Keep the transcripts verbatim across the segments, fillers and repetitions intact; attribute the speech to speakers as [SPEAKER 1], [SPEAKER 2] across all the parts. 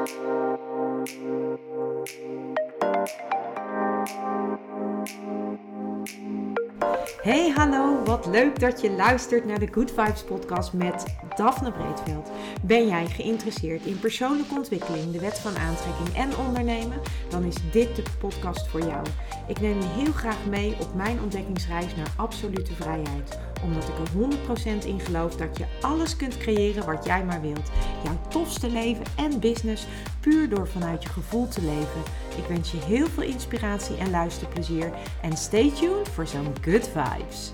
[SPEAKER 1] Hey, hallo, wat leuk dat je luistert naar de Good Vibes podcast met Daphne Breedveld. Ben jij geïnteresseerd in persoonlijke ontwikkeling, de wet van aantrekking en ondernemen? Dan is dit de podcast voor jou. Ik neem je heel graag mee op mijn ontdekkingsreis naar absolute vrijheid. Omdat ik er honderd procent in geloof dat je alles kunt creëren wat jij maar wilt. Jouw tofste leven en business puur door vanuit je gevoel te leven. Ik wens je heel veel inspiratie en luisterplezier. En stay tuned voor zo'n good vibes.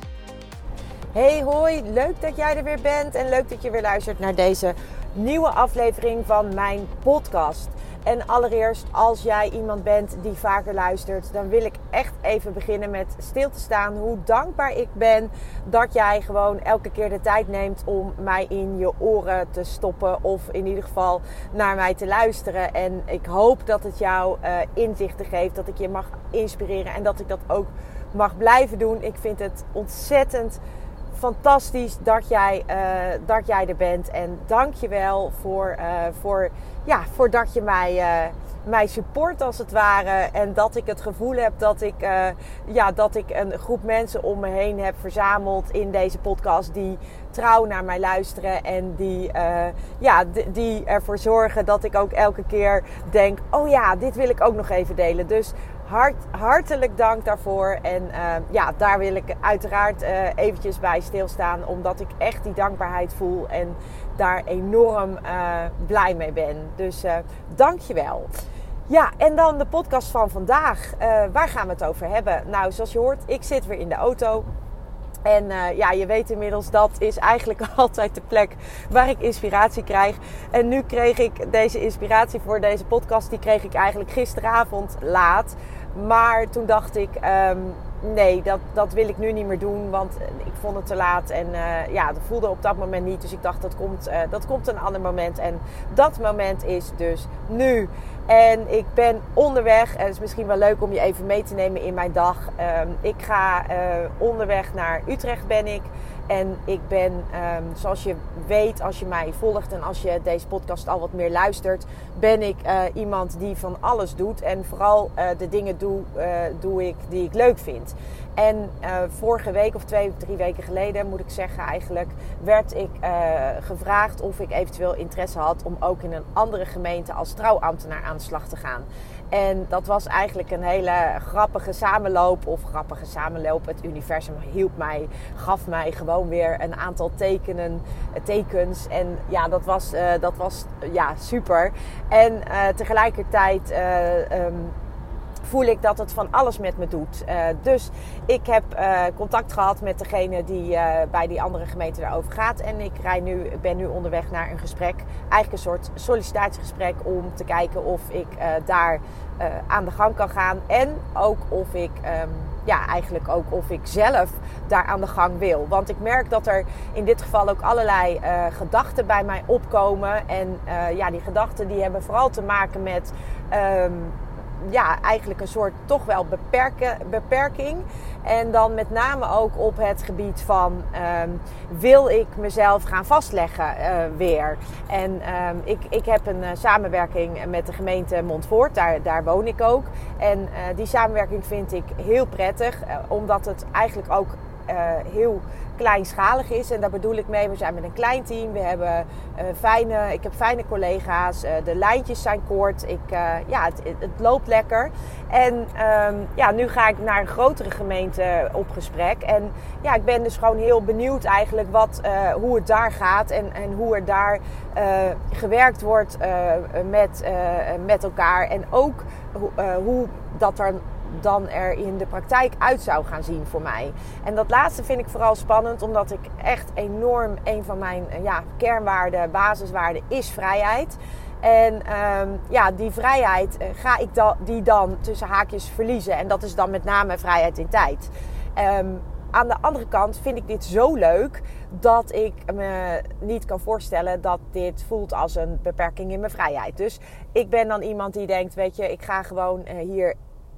[SPEAKER 2] Hey hoi, leuk dat jij er weer bent en leuk dat je weer luistert naar deze nieuwe aflevering van mijn podcast. En allereerst, als jij iemand bent die vaker luistert, dan wil ik echt even beginnen met stil te staan hoe dankbaar ik ben dat jij gewoon elke keer de tijd neemt om mij in je oren te stoppen of in ieder geval naar mij te luisteren. En ik hoop dat het jou uh, inzichten geeft, dat ik je mag inspireren en dat ik dat ook mag blijven doen. Ik vind het ontzettend fantastisch dat jij, uh, dat jij er bent. En dank je wel voor, uh, voor, ja, voor dat je mij, uh, mij support als het ware. En dat ik het gevoel heb dat ik, uh, ja, dat ik een groep mensen om me heen heb verzameld in deze podcast. Die trouw naar mij luisteren. En die, uh, ja, d- die ervoor zorgen dat ik ook elke keer denk, oh ja, dit wil ik ook nog even delen. Dus Hart, hartelijk dank daarvoor. En uh, ja, daar wil ik uiteraard uh, eventjes bij stilstaan. Omdat ik echt die dankbaarheid voel. En daar enorm uh, blij mee ben. Dus uh, dank je wel. Ja, en dan de podcast van vandaag. Uh, waar gaan we het over hebben? Nou, zoals je hoort, ik zit weer in de auto. En uh, ja, je weet inmiddels, dat is eigenlijk altijd de plek waar ik inspiratie krijg. En nu kreeg ik deze inspiratie voor deze podcast, die kreeg ik eigenlijk gisteravond laat. Maar toen dacht ik, um, nee, dat, dat wil ik nu niet meer doen, want ik vond het te laat. En uh, ja, dat voelde op dat moment niet. Dus ik dacht, dat komt, uh, dat komt een ander moment. En dat moment is dus nu. En ik ben onderweg. En het is misschien wel leuk om je even mee te nemen in mijn dag. Um, ik ga uh, onderweg naar Utrecht ben ik. En ik ben, um, zoals je weet, als je mij volgt en als je deze podcast al wat meer luistert, ben ik uh, iemand die van alles doet. En vooral uh, de dingen doe, uh, doe ik die ik leuk vind. En uh, vorige week of twee of drie weken geleden, moet ik zeggen eigenlijk, werd ik uh, gevraagd of ik eventueel interesse had om ook in een andere gemeente als trouwambtenaar aan de slag te gaan. En dat was eigenlijk een hele grappige samenloop. Of grappige samenloop. Het universum hielp mij, gaf mij gewoon weer een aantal tekenen, tekens. En ja, dat was, uh, dat was ja, super. En uh, tegelijkertijd Uh, um, voel ik dat het van alles met me doet. Uh, dus ik heb uh, contact gehad met degene die uh, bij die andere gemeente daarover gaat. En ik rij nu, ben nu onderweg naar een gesprek. Eigenlijk een soort sollicitatiegesprek om te kijken of ik uh, daar uh, aan de gang kan gaan. En ook of ik, um, ja, eigenlijk ook of ik zelf daar aan de gang wil. Want ik merk dat er in dit geval ook allerlei uh, gedachten bij mij opkomen. En uh, ja, die gedachten die hebben vooral te maken met Um, ja, eigenlijk een soort toch wel beperken, beperking. En dan met name ook op het gebied van um, wil ik mezelf gaan vastleggen uh, weer. En um, ik, ik heb een uh, samenwerking met de gemeente Montfoort. Daar, daar woon ik ook. En uh, die samenwerking vind ik heel prettig. Uh, omdat het eigenlijk ook Uh, heel kleinschalig is. En daar bedoel ik mee, we zijn met een klein team. We hebben uh, fijne, ik heb fijne collega's. Uh, de lijntjes zijn kort. Ik, uh, ja, het, het, het loopt lekker. En um, ja, nu ga ik naar een grotere gemeente op gesprek. En ja, ik ben dus gewoon heel benieuwd eigenlijk wat, uh, hoe het daar gaat. En, en hoe er daar uh, gewerkt wordt uh, met, uh, met elkaar. En ook uh, hoe dat er dan er in de praktijk uit zou gaan zien voor mij. En dat laatste vind ik vooral spannend, omdat ik echt enorm, een van mijn ja, kernwaarden, basiswaarden is vrijheid. En um, ja, die vrijheid uh, ga ik da- die dan tussen haakjes verliezen. En dat is dan met name vrijheid in tijd. Um, aan de andere kant vind ik dit zo leuk dat ik me niet kan voorstellen dat dit voelt als een beperking in mijn vrijheid. Dus ik ben dan iemand die denkt, weet je, ik ga gewoon uh, hier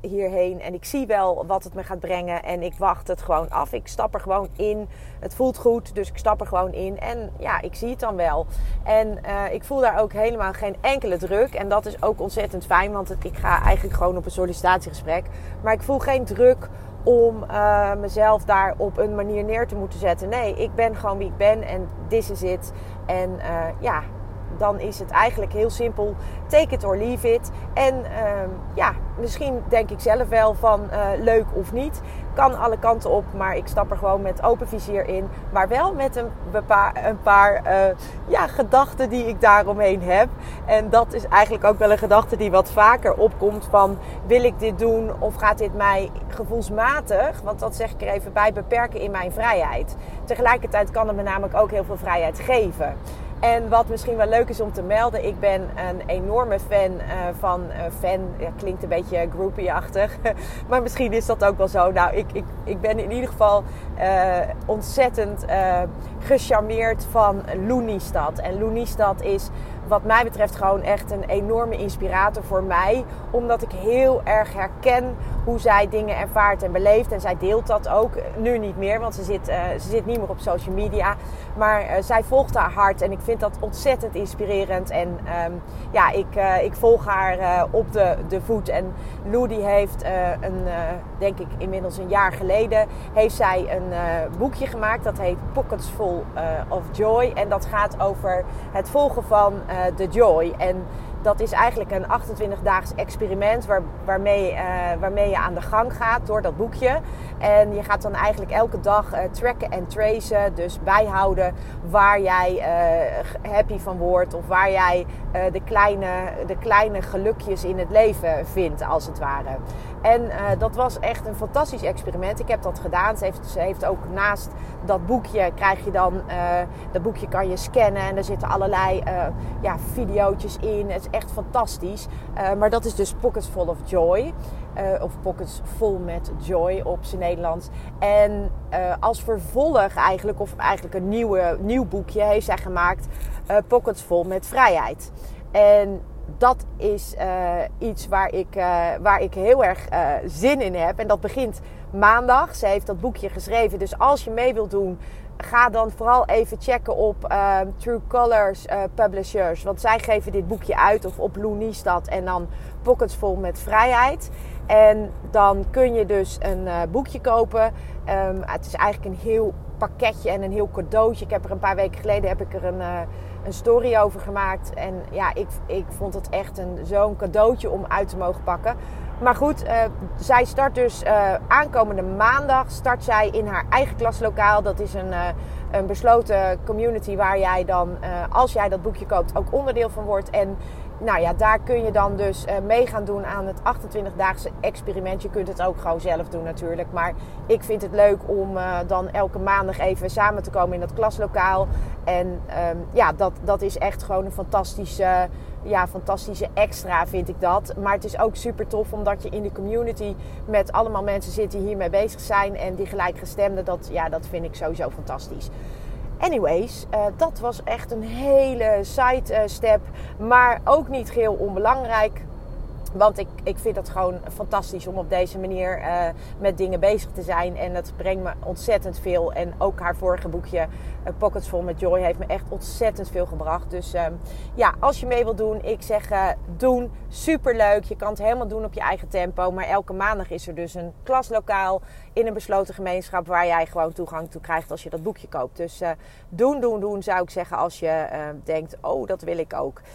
[SPEAKER 2] hierheen en ik zie wel wat het me gaat brengen en ik wacht het gewoon af. Ik stap er gewoon in. Het voelt goed, dus ik stap er gewoon in en ja, ik zie het dan wel. En uh, ik voel daar ook helemaal geen enkele druk en dat is ook ontzettend fijn, want het, ik ga eigenlijk gewoon op een sollicitatiegesprek. Maar ik voel geen druk om uh, mezelf daar op een manier neer te moeten zetten. Nee, ik ben gewoon wie ik ben en this is it. En uh, ja, dan is het eigenlijk heel simpel. Take it or leave it. En uh, ja, misschien denk ik zelf wel van uh, leuk of niet. Kan alle kanten op, maar ik stap er gewoon met open vizier in. Maar wel met een, bepa- een paar uh, ja, gedachten die ik daaromheen heb. En dat is eigenlijk ook wel een gedachte die wat vaker opkomt van... wil ik dit doen of gaat dit mij gevoelsmatig, want dat zeg ik er even bij, beperken in mijn vrijheid. Tegelijkertijd kan het me namelijk ook heel veel vrijheid geven. En wat misschien wel leuk is om te melden, ik ben een enorme fan uh, van, uh, fan, ja, klinkt een beetje groupie-achtig, maar misschien is dat ook wel zo. Nou, ik, ik, ik ben in ieder geval uh, ontzettend uh, gecharmeerd van Loenestad. En Loenestad is wat mij betreft gewoon echt een enorme inspirator voor mij. Omdat ik heel erg herken hoe zij dingen ervaart en beleeft. En zij deelt dat ook. Nu niet meer, want ze zit, uh, ze zit niet meer op social media. Maar uh, zij volgt haar hart. En ik vind dat ontzettend inspirerend. En um, ja, ik, uh, ik volg haar uh, op de, de voet. En Lou die heeft uh, een, uh, denk ik inmiddels een jaar geleden... heeft zij een uh, boekje gemaakt. Dat heet Pockets Full uh, of Joy. En dat gaat over het volgen van... Uh, de Joy. En dat is eigenlijk een achtentwintig-daags experiment waar, waarmee, uh, waarmee je aan de gang gaat door dat boekje. En je gaat dan eigenlijk elke dag uh, tracken en tracen. Dus bijhouden waar jij uh, happy van wordt. Of waar jij uh, de, kleine, de kleine gelukjes in het leven vindt, als het ware. En uh, dat was echt een fantastisch experiment. Ik heb dat gedaan. Ze heeft, ze heeft ook naast dat boekje krijg je dan... Uh, dat boekje kan je scannen en er zitten allerlei uh, ja, videootjes in. Het is echt fantastisch. Uh, maar dat is dus Pockets Full of Joy. Uh, of Pockets Full met Joy op zijn Nederlands. En uh, als vervolg eigenlijk, of eigenlijk een nieuwe, nieuw boekje, heeft zij gemaakt uh, Pockets Full met Vrijheid. En dat is uh, iets waar ik, uh, waar ik heel erg uh, zin in heb. En dat begint maandag. Ze heeft dat boekje geschreven. Dus als je mee wilt doen, ga dan vooral even checken op uh, True Colors uh, Publishers. Want zij geven dit boekje uit. Of op Loenestad. En dan Pockets Full met Vrijheid. En dan kun je dus een uh, boekje kopen. Um, het is eigenlijk een heel pakketje en een heel cadeautje. Ik heb er een paar weken geleden heb ik er een... Uh, een story over gemaakt. En ja, ik, ik vond het echt een, zo'n cadeautje om uit te mogen pakken. Maar goed, uh, zij start dus uh, aankomende maandag start zij in haar eigen klaslokaal. Dat is een, uh, een besloten community waar jij dan, uh, als jij dat boekje koopt, ook onderdeel van wordt. En nou ja, daar kun je dan dus uh, mee gaan doen aan het achtentwintig-daagse experiment. Je kunt het ook gewoon zelf doen natuurlijk. Maar ik vind het leuk om uh, dan elke maandag even samen te komen in dat klaslokaal. En um, ja, dat, dat is echt gewoon een fantastische, ja, fantastische extra vind ik dat. Maar het is ook super tof omdat je in de community met allemaal mensen zit die hiermee bezig zijn. En die gelijkgestemden, dat, ja, dat vind ik sowieso fantastisch. Anyways, uh, dat was echt een hele side step, maar ook niet geheel onbelangrijk. Want ik, ik vind het gewoon fantastisch om op deze manier uh, met dingen bezig te zijn. En dat brengt me ontzettend veel. En ook haar vorige boekje, uh, Pockets Full met Joy, heeft me echt ontzettend veel gebracht. Dus uh, ja, als je mee wilt doen, ik zeg uh, doen. Superleuk. Je kan het helemaal doen op je eigen tempo. Maar elke maandag is er dus een klaslokaal in een besloten gemeenschap waar jij gewoon toegang toe krijgt als je dat boekje koopt. Dus uh, doen, doen, doen zou ik zeggen als je uh, denkt, oh, dat wil ik ook.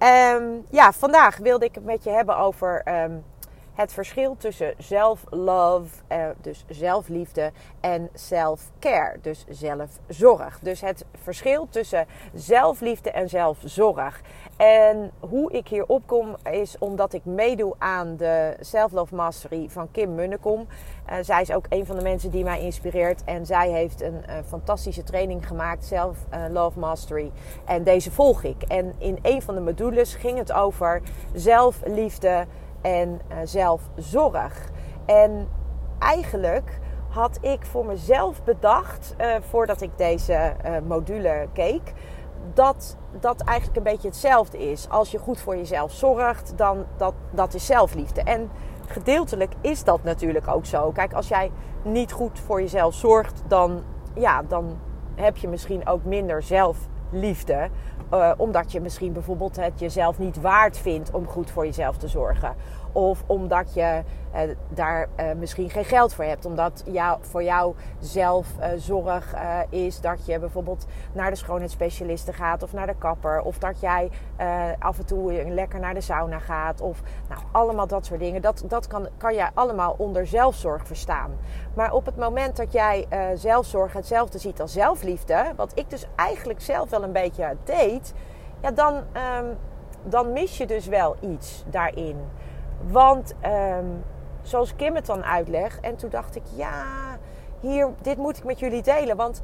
[SPEAKER 2] Um, ja, vandaag wilde ik het met je hebben over um, het verschil tussen self-love, uh, dus zelfliefde, en self-care, dus zelfzorg. Dus het verschil tussen zelfliefde en zelfzorg. En hoe ik hier opkom is omdat ik meedoe aan de Self-Love Mastery van Kim Munnekom. Uh, zij is ook een van de mensen die mij inspireert. En zij heeft een uh, fantastische training gemaakt, Self-Love Mastery. En deze volg ik. En in een van de modules ging het over zelfliefde en uh, zelfzorg. En eigenlijk had ik voor mezelf bedacht, uh, voordat ik deze uh, module keek, dat dat eigenlijk een beetje hetzelfde is. Als je goed voor jezelf zorgt, dan dat, dat is zelfliefde. En gedeeltelijk is dat natuurlijk ook zo. Kijk, als jij niet goed voor jezelf zorgt, dan, ja, dan heb je misschien ook minder zelfliefde. Uh, omdat je misschien bijvoorbeeld het jezelf niet waard vindt om goed voor jezelf te zorgen. Of omdat je uh, daar uh, misschien geen geld voor hebt. Omdat jou, voor jou zelfzorg uh, uh, is dat je bijvoorbeeld naar de schoonheidsspecialiste gaat. Of naar de kapper. Of dat jij uh, af en toe lekker naar de sauna gaat. Of nou, allemaal dat soort dingen. Dat, dat kan, kan jij allemaal onder zelfzorg verstaan. Maar op het moment dat jij uh, zelfzorg hetzelfde ziet als zelfliefde. Wat ik dus eigenlijk zelf wel een beetje deed. Ja, dan, um, dan mis je dus wel iets daarin. Want um, zoals Kim het dan uitlegt. En toen dacht ik, ja, hier, dit moet ik met jullie delen. Want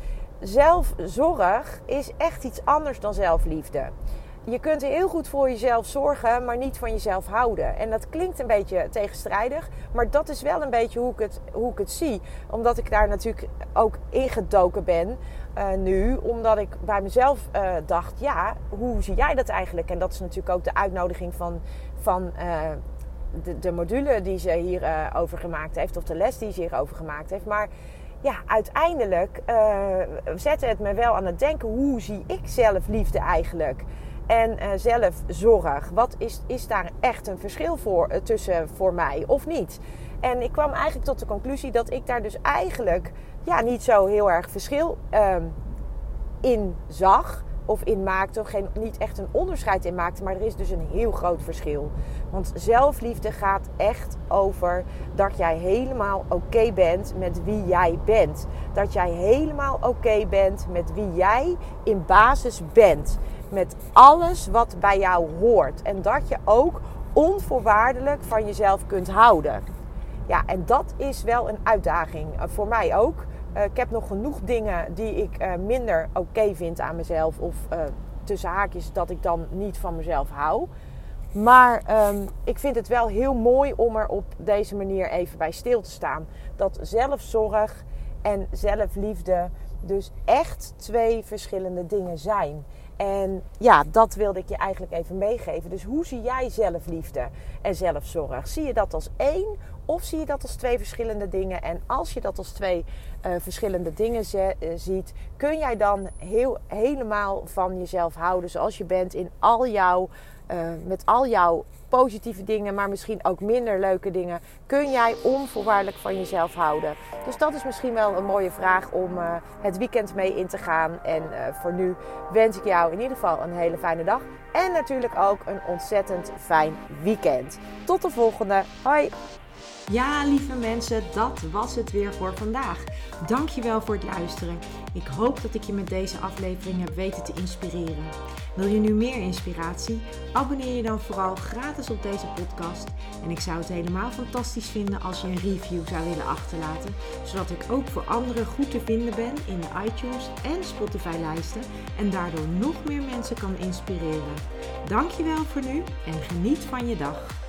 [SPEAKER 2] zelfzorg is echt iets anders dan zelfliefde. Je kunt heel goed voor jezelf zorgen, maar niet van jezelf houden. En dat klinkt een beetje tegenstrijdig. Maar dat is wel een beetje hoe ik het, hoe ik het zie. Omdat ik daar natuurlijk ook ingedoken ben uh, nu. Omdat ik bij mezelf uh, dacht, ja, hoe zie jij dat eigenlijk? En dat is natuurlijk ook de uitnodiging van... van uh, De, de module die ze hierover uh, over gemaakt heeft. Of de les die ze hierover gemaakt heeft. Maar ja, uiteindelijk uh, zette het me wel aan het denken. Hoe zie ik zelfliefde eigenlijk? En uh, zelfzorg. Wat is, is daar echt een verschil voor, uh, tussen voor mij of niet? En ik kwam eigenlijk tot de conclusie dat ik daar dus eigenlijk ja, niet zo heel erg verschil uh, in zag. Of in maakte, of geen, niet echt een onderscheid in maakte. Maar er is dus een heel groot verschil. Want zelfliefde gaat echt over dat jij helemaal oké bent met wie jij bent. Dat jij helemaal oké bent met wie jij in basis bent. Met alles wat bij jou hoort. En dat je ook onvoorwaardelijk van jezelf kunt houden. Ja, en dat is wel een uitdaging. Voor mij ook. Uh, ik heb nog genoeg dingen die ik uh, minder oké okay vind aan mezelf. Of uh, tussen haakjes dat ik dan niet van mezelf hou. Maar um, ik vind het wel heel mooi om er op deze manier even bij stil te staan. Dat zelfzorg en zelfliefde dus echt twee verschillende dingen zijn. En ja, dat wilde ik je eigenlijk even meegeven. Dus hoe zie jij zelfliefde en zelfzorg? Zie je dat als één of zie je dat als twee verschillende dingen? En als je dat als twee uh, verschillende dingen ze- uh, ziet, kun jij dan heel, helemaal van jezelf houden zoals je bent in al jouw, uh, met al jouw positieve dingen, maar misschien ook minder leuke dingen, kun jij onvoorwaardelijk van jezelf houden? Dus dat is misschien wel een mooie vraag om uh, het weekend mee in te gaan. En uh, voor nu wens ik jou in ieder geval een hele fijne dag. En natuurlijk ook een ontzettend fijn weekend. Tot de volgende. Hoi!
[SPEAKER 1] Ja, lieve mensen, dat was het weer voor vandaag. Dankjewel voor het luisteren. Ik hoop dat ik je met deze aflevering heb weten te inspireren. Wil je nu meer inspiratie? Abonneer je dan vooral gratis op deze podcast. En ik zou het helemaal fantastisch vinden als je een review zou willen achterlaten. Zodat ik ook voor anderen goed te vinden ben in de iTunes en Spotify lijsten. En daardoor nog meer mensen kan inspireren. Dankjewel voor nu en geniet van je dag.